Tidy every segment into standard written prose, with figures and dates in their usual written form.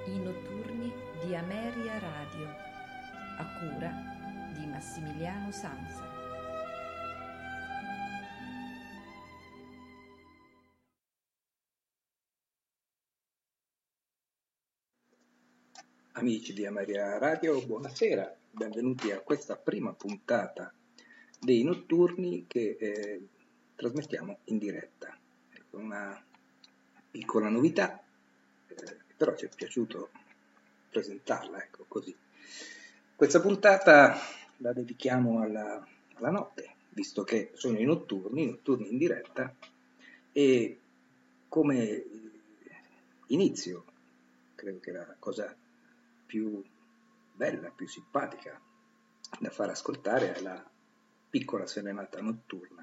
I notturni di Ameria Radio, a cura di Massimiliano Sanza. Amici di Ameria Radio, buonasera, benvenuti a questa prima puntata dei notturni che trasmettiamo in diretta. Una piccola novità, però ci è piaciuto presentarla, ecco così. Questa puntata la dedichiamo alla notte, visto che sono i notturni in diretta, e come inizio, credo che la cosa più bella, più simpatica da far ascoltare è la piccola serenata notturna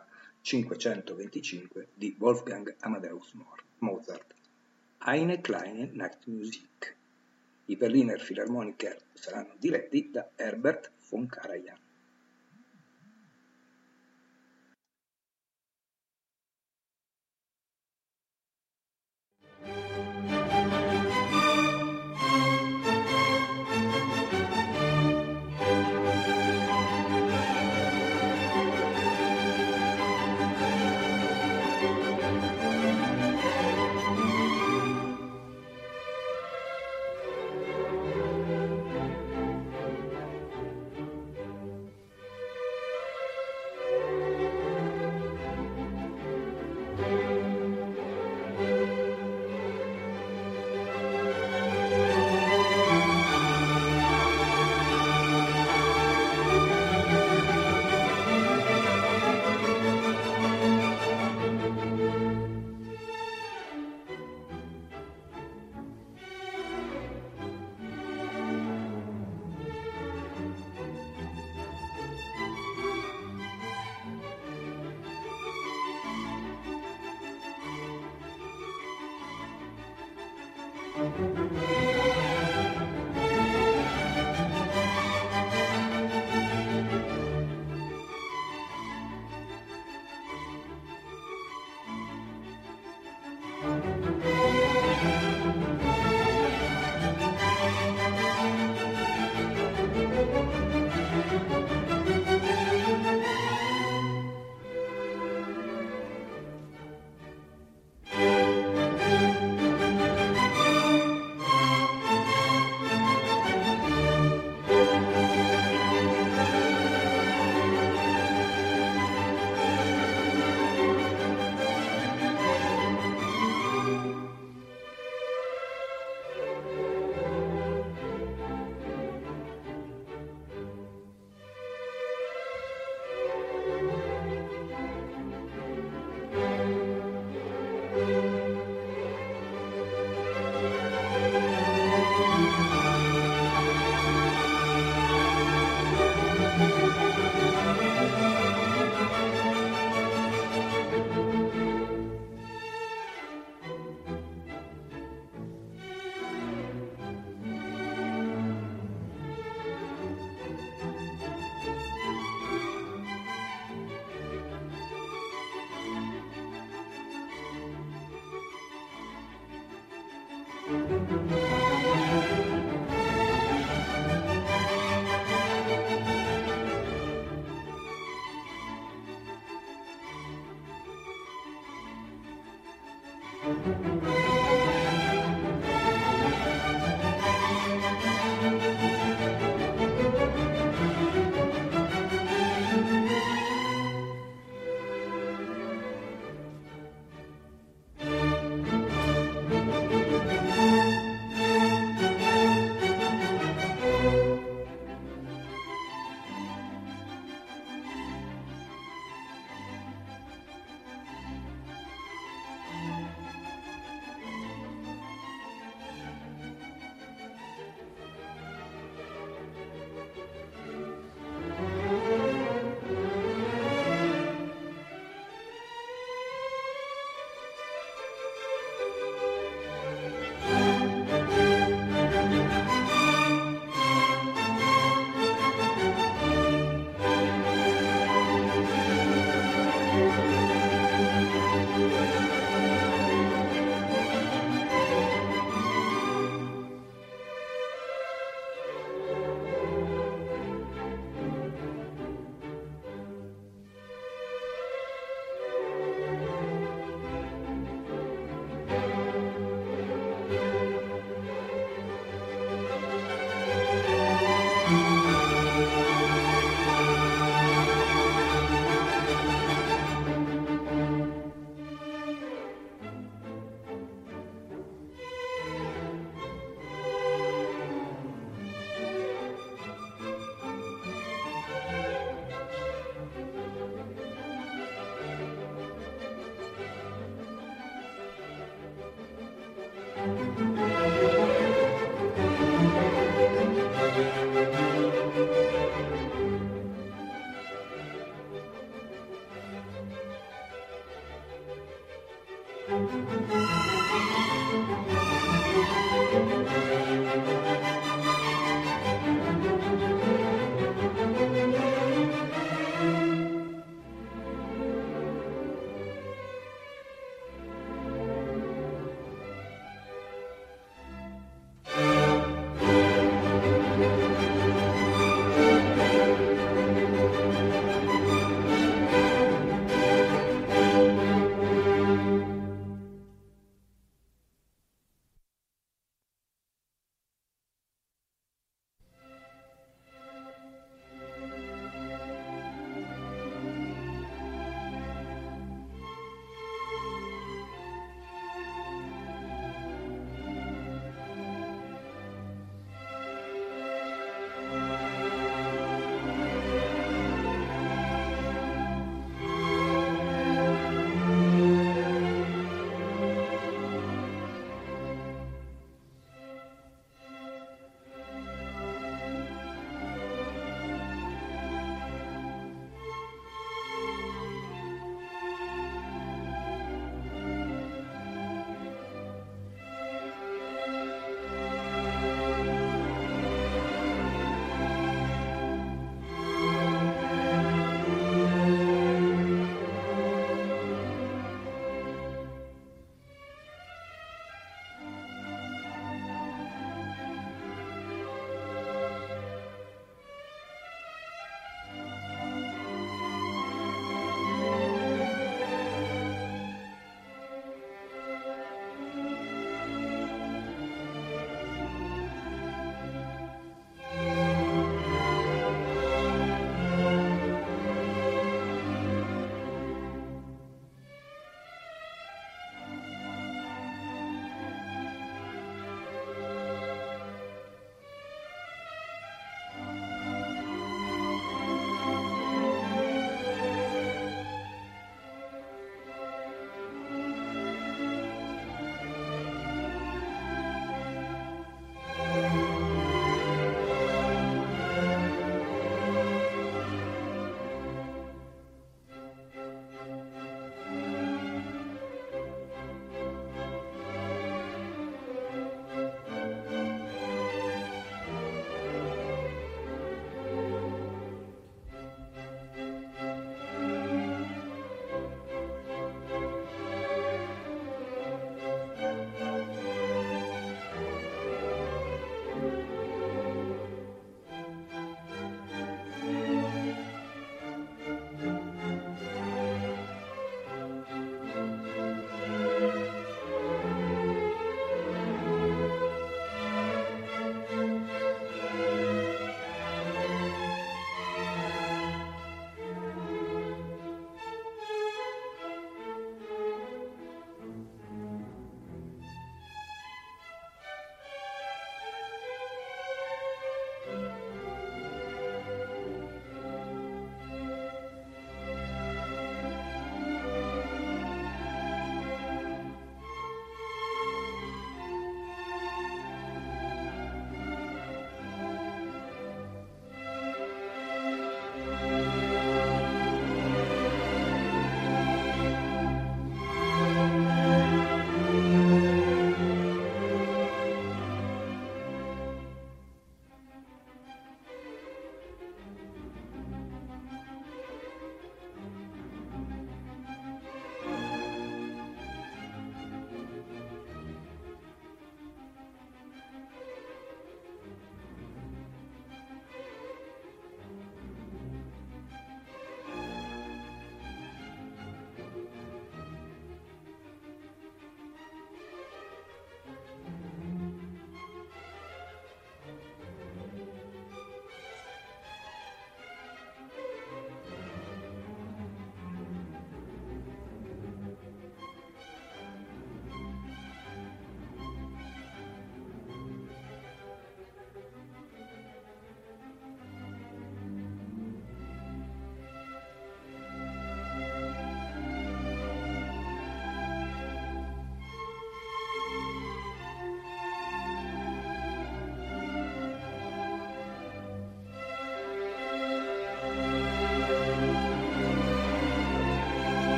K525 di Wolfgang Amadeus Mozart, Eine kleine Nachtmusik. I Berliner Philharmoniker saranno diretti da Herbert von Karajan.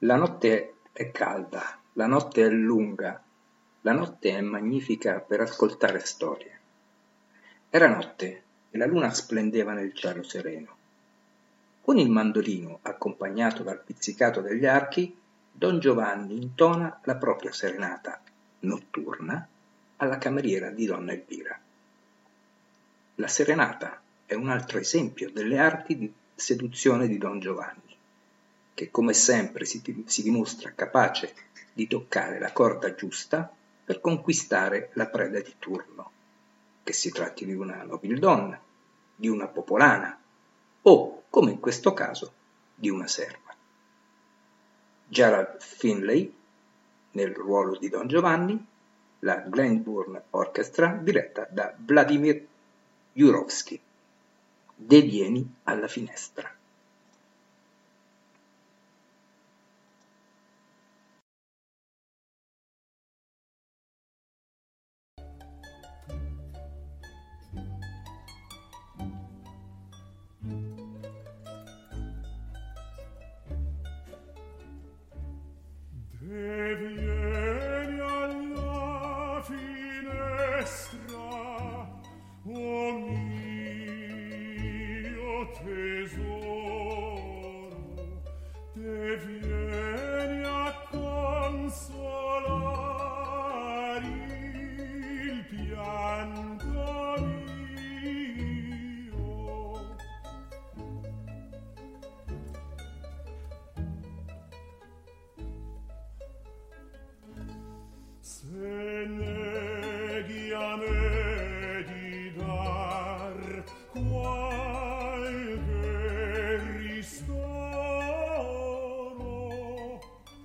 La notte è calda, la notte è lunga, la notte è magnifica per ascoltare storie. Era notte e la luna splendeva nel cielo sereno. Con il mandolino, accompagnato dal pizzicato degli archi, Don Giovanni intona la propria serenata notturna alla cameriera di Donna Elvira. La serenata è un altro esempio delle arti di seduzione di Don Giovanni, che come sempre si dimostra capace di toccare la corda giusta per conquistare la preda di turno, che si tratti di una nobildonna, di una popolana o, come in questo caso, di una serva. Gerald Finlay nel ruolo di Don Giovanni, la Glenburn Orchestra diretta da Vladimir Jurovsky. Devieni alla finestra. Devieni alla finestra, o mio tesoro, devieni a consolare il pianto mio. Se neghi a me di dar qualche ristoro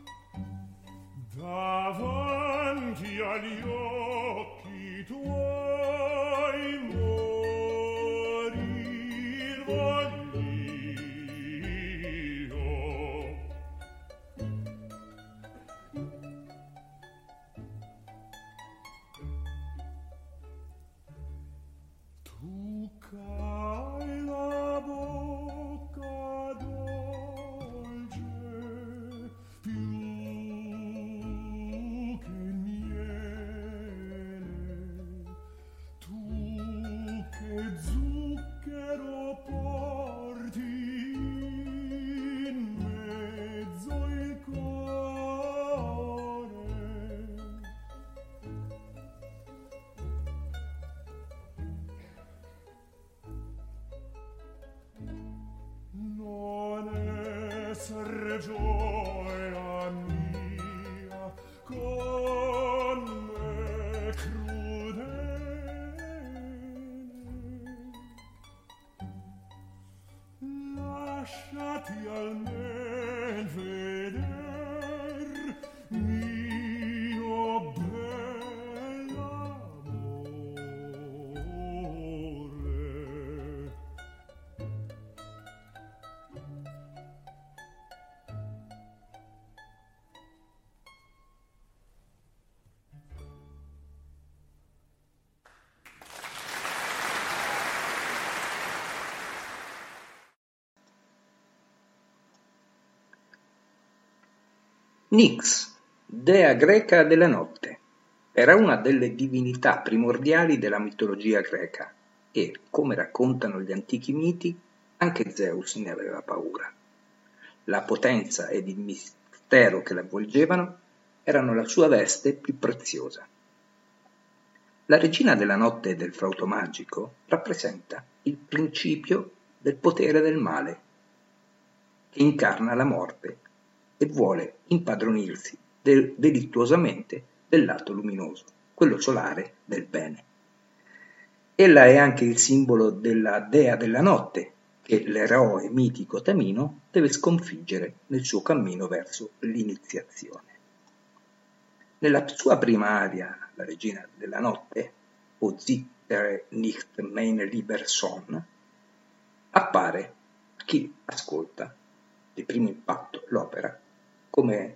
davanti agli occhi tuoi, morir voglio. Tu cai la bocca dolce più che il miele, tu che zucchero porti in mezzo il cuore. Non esser gioia mia con me crudele, lasciati almen veder mio bell'amore. Nyx, dea greca della notte, era una delle divinità primordiali della mitologia greca e, come raccontano gli antichi miti, anche Zeus ne aveva paura. La potenza ed il mistero che la avvolgevano erano la sua veste più preziosa. La regina della notte e del flauto magico rappresenta il principio del potere del male, che incarna la morte e vuole impadronirsi delittuosamente del lato luminoso, quello solare del bene. Ella è anche il simbolo della dea della notte, che l'eroe mitico Tamino deve sconfiggere nel suo cammino verso l'iniziazione. Nella sua prima aria, la regina della notte, o Zittere nicht mein lieber Sohn, appare a chi ascolta di primo impatto l'opera come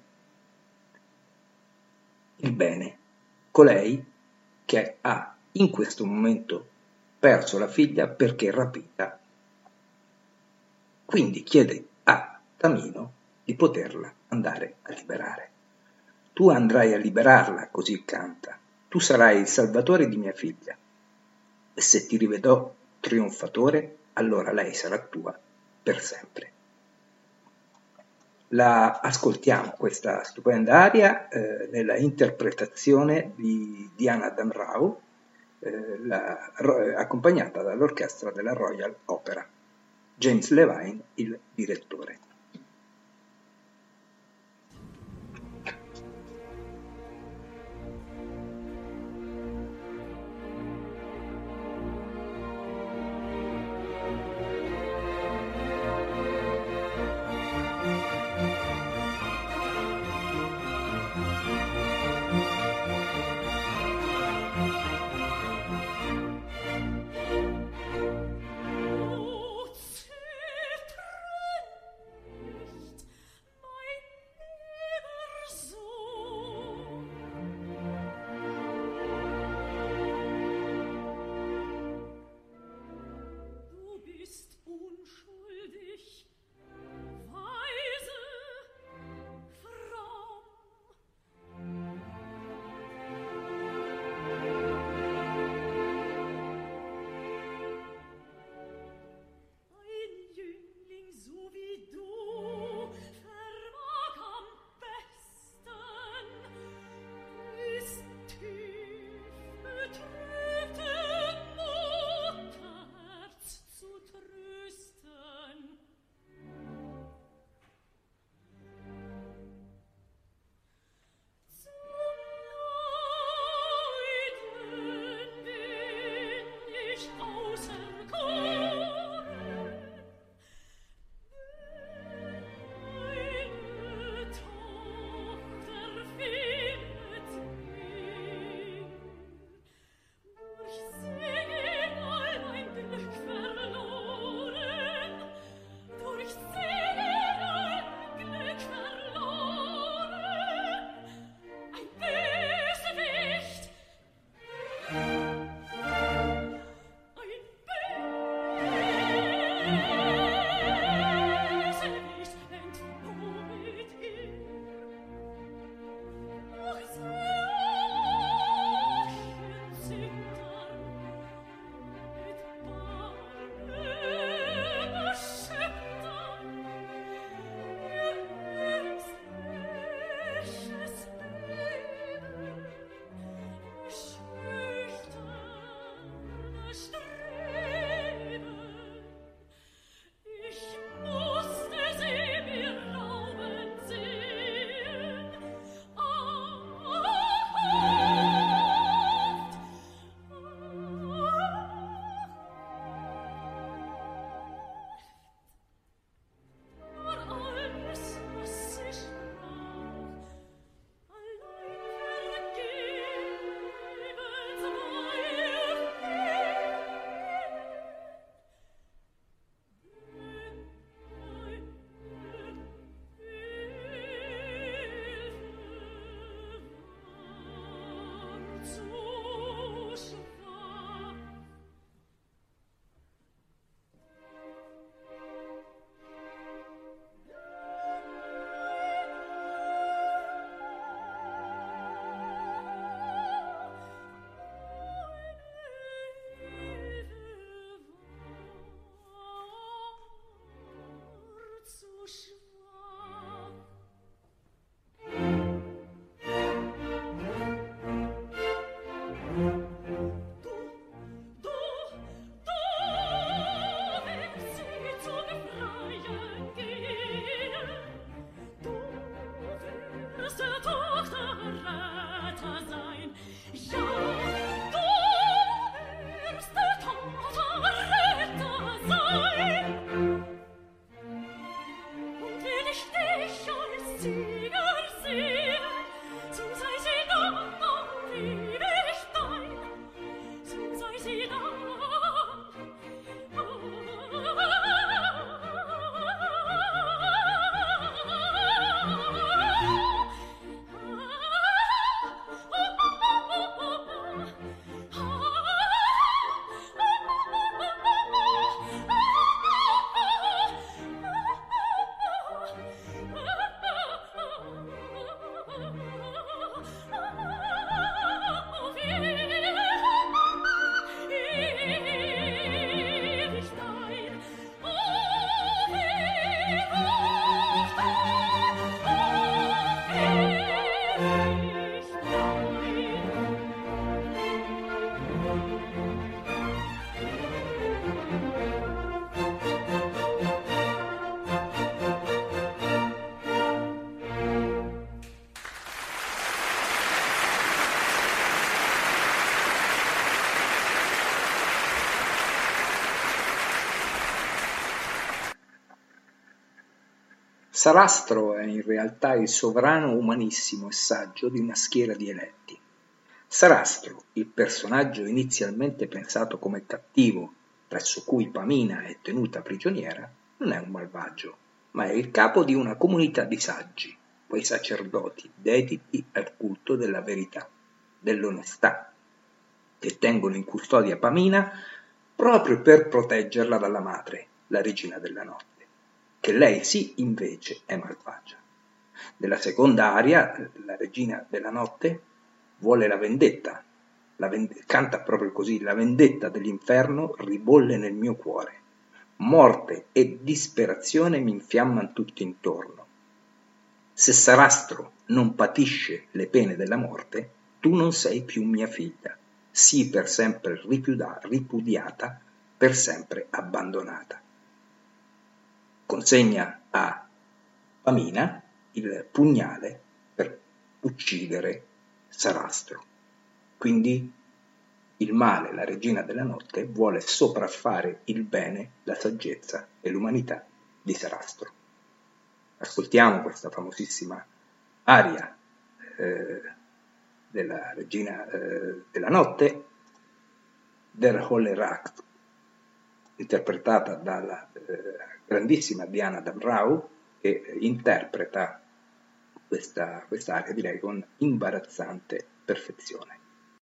il bene, colei che ha in questo momento perso la figlia perché rapita. Quindi chiede a Tamino di poterla andare a liberare. Tu andrai a liberarla, così canta. Tu sarai il salvatore di mia figlia. E se ti rivedrò trionfatore, allora lei sarà tua per sempre. La ascoltiamo questa stupenda aria nella interpretazione di Diana Damrau, accompagnata dall'orchestra della Royal Opera. James Levine, il direttore. Sarastro è in realtà il sovrano umanissimo e saggio di una schiera di eletti. Sarastro, il personaggio inizialmente pensato come cattivo, presso cui Pamina è tenuta prigioniera, non è un malvagio, ma è il capo di una comunità di saggi, quei sacerdoti dediti al culto della verità, dell'onestà, che tengono in custodia Pamina proprio per proteggerla dalla madre, la regina della notte, che lei sì invece è malvagia. Nella seconda aria, la regina della notte vuole la vendetta, canta proprio così: la vendetta dell'inferno ribolle nel mio cuore, morte e disperazione mi infiamman tutto intorno. Se Sarastro non patisce le pene della morte, tu non sei più mia figlia, sii per sempre ripudiata, per sempre abbandonata. Consegna a Pamina il pugnale per uccidere Sarastro. Quindi il male, la regina della notte, vuole sopraffare il bene, la saggezza e l'umanità di Sarastro. Ascoltiamo questa famosissima aria della regina della notte, Der Holle Racht, interpretata dalla grandissima Diana Damrau, che interpreta questa aria, direi, con imbarazzante perfezione.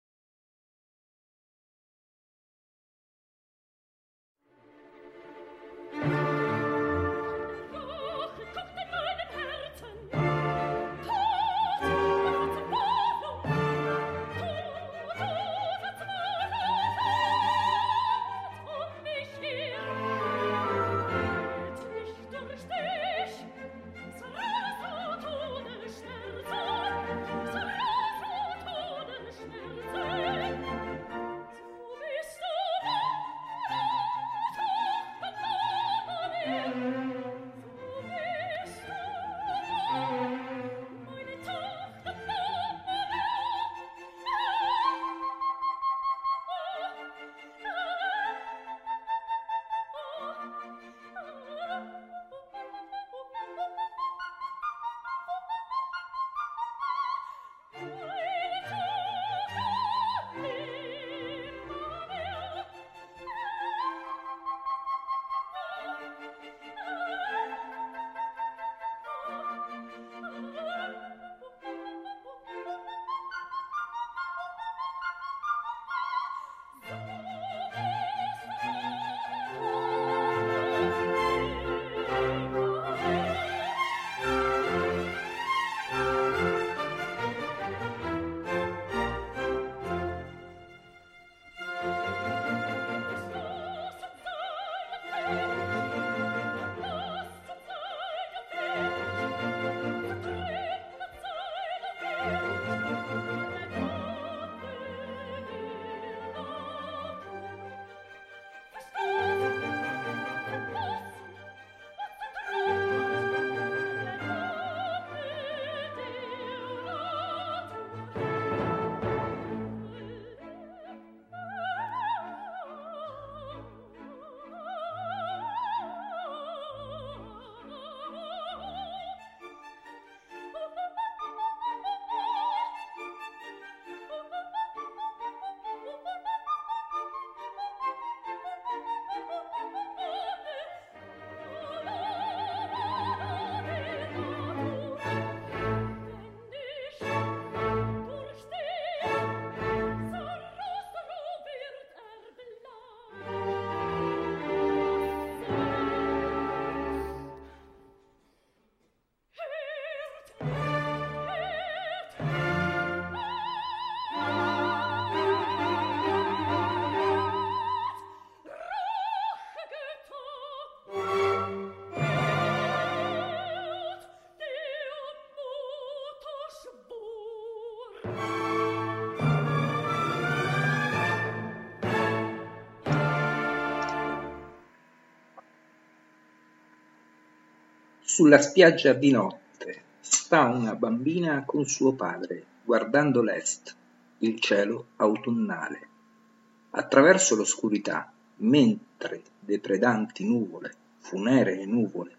Sulla spiaggia di notte sta una bambina con suo padre, guardando l'est, il cielo autunnale. Attraverso l'oscurità, mentre depredanti nuvole, funeree nuvole,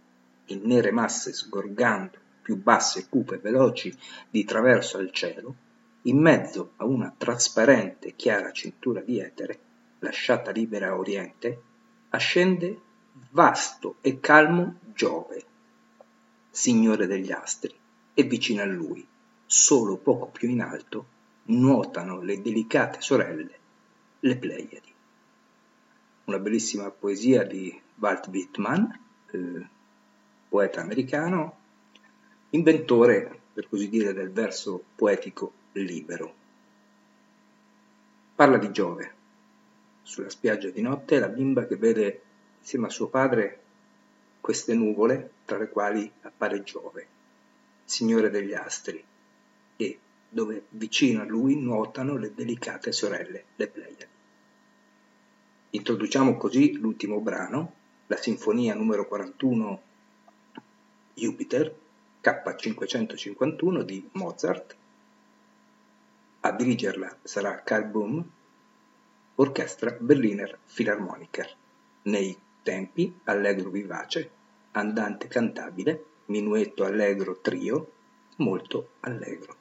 in nere masse sgorgando, più basse, cupe, veloci, di traverso al cielo, in mezzo a una trasparente, chiara cintura di etere, lasciata libera a oriente, ascende vasto e calmo Giove, signore degli astri, e vicino a lui, solo poco più in alto, nuotano le delicate sorelle, le Pleiadi. Una bellissima poesia di Walt Whitman, poeta americano, inventore, per così dire, del verso poetico libero. Parla di Giove. Sulla spiaggia di notte la bimba che vede insieme a suo padre queste nuvole, tra le quali appare Giove, signore degli astri, e dove vicino a lui nuotano le delicate sorelle, le Pleiadi. Introduciamo così l'ultimo brano, la sinfonia numero 41 Jupiter, K551 di Mozart. A dirigerla sarà Karl Böhm, orchestra Berliner Philharmoniker. Nei tempi allegro vivace, andante cantabile, minuetto allegro trio, molto allegro.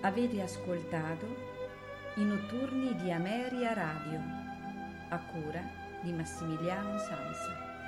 Avete ascoltato i notturni di Ameria Radio, a cura di Massimiliano Sansa.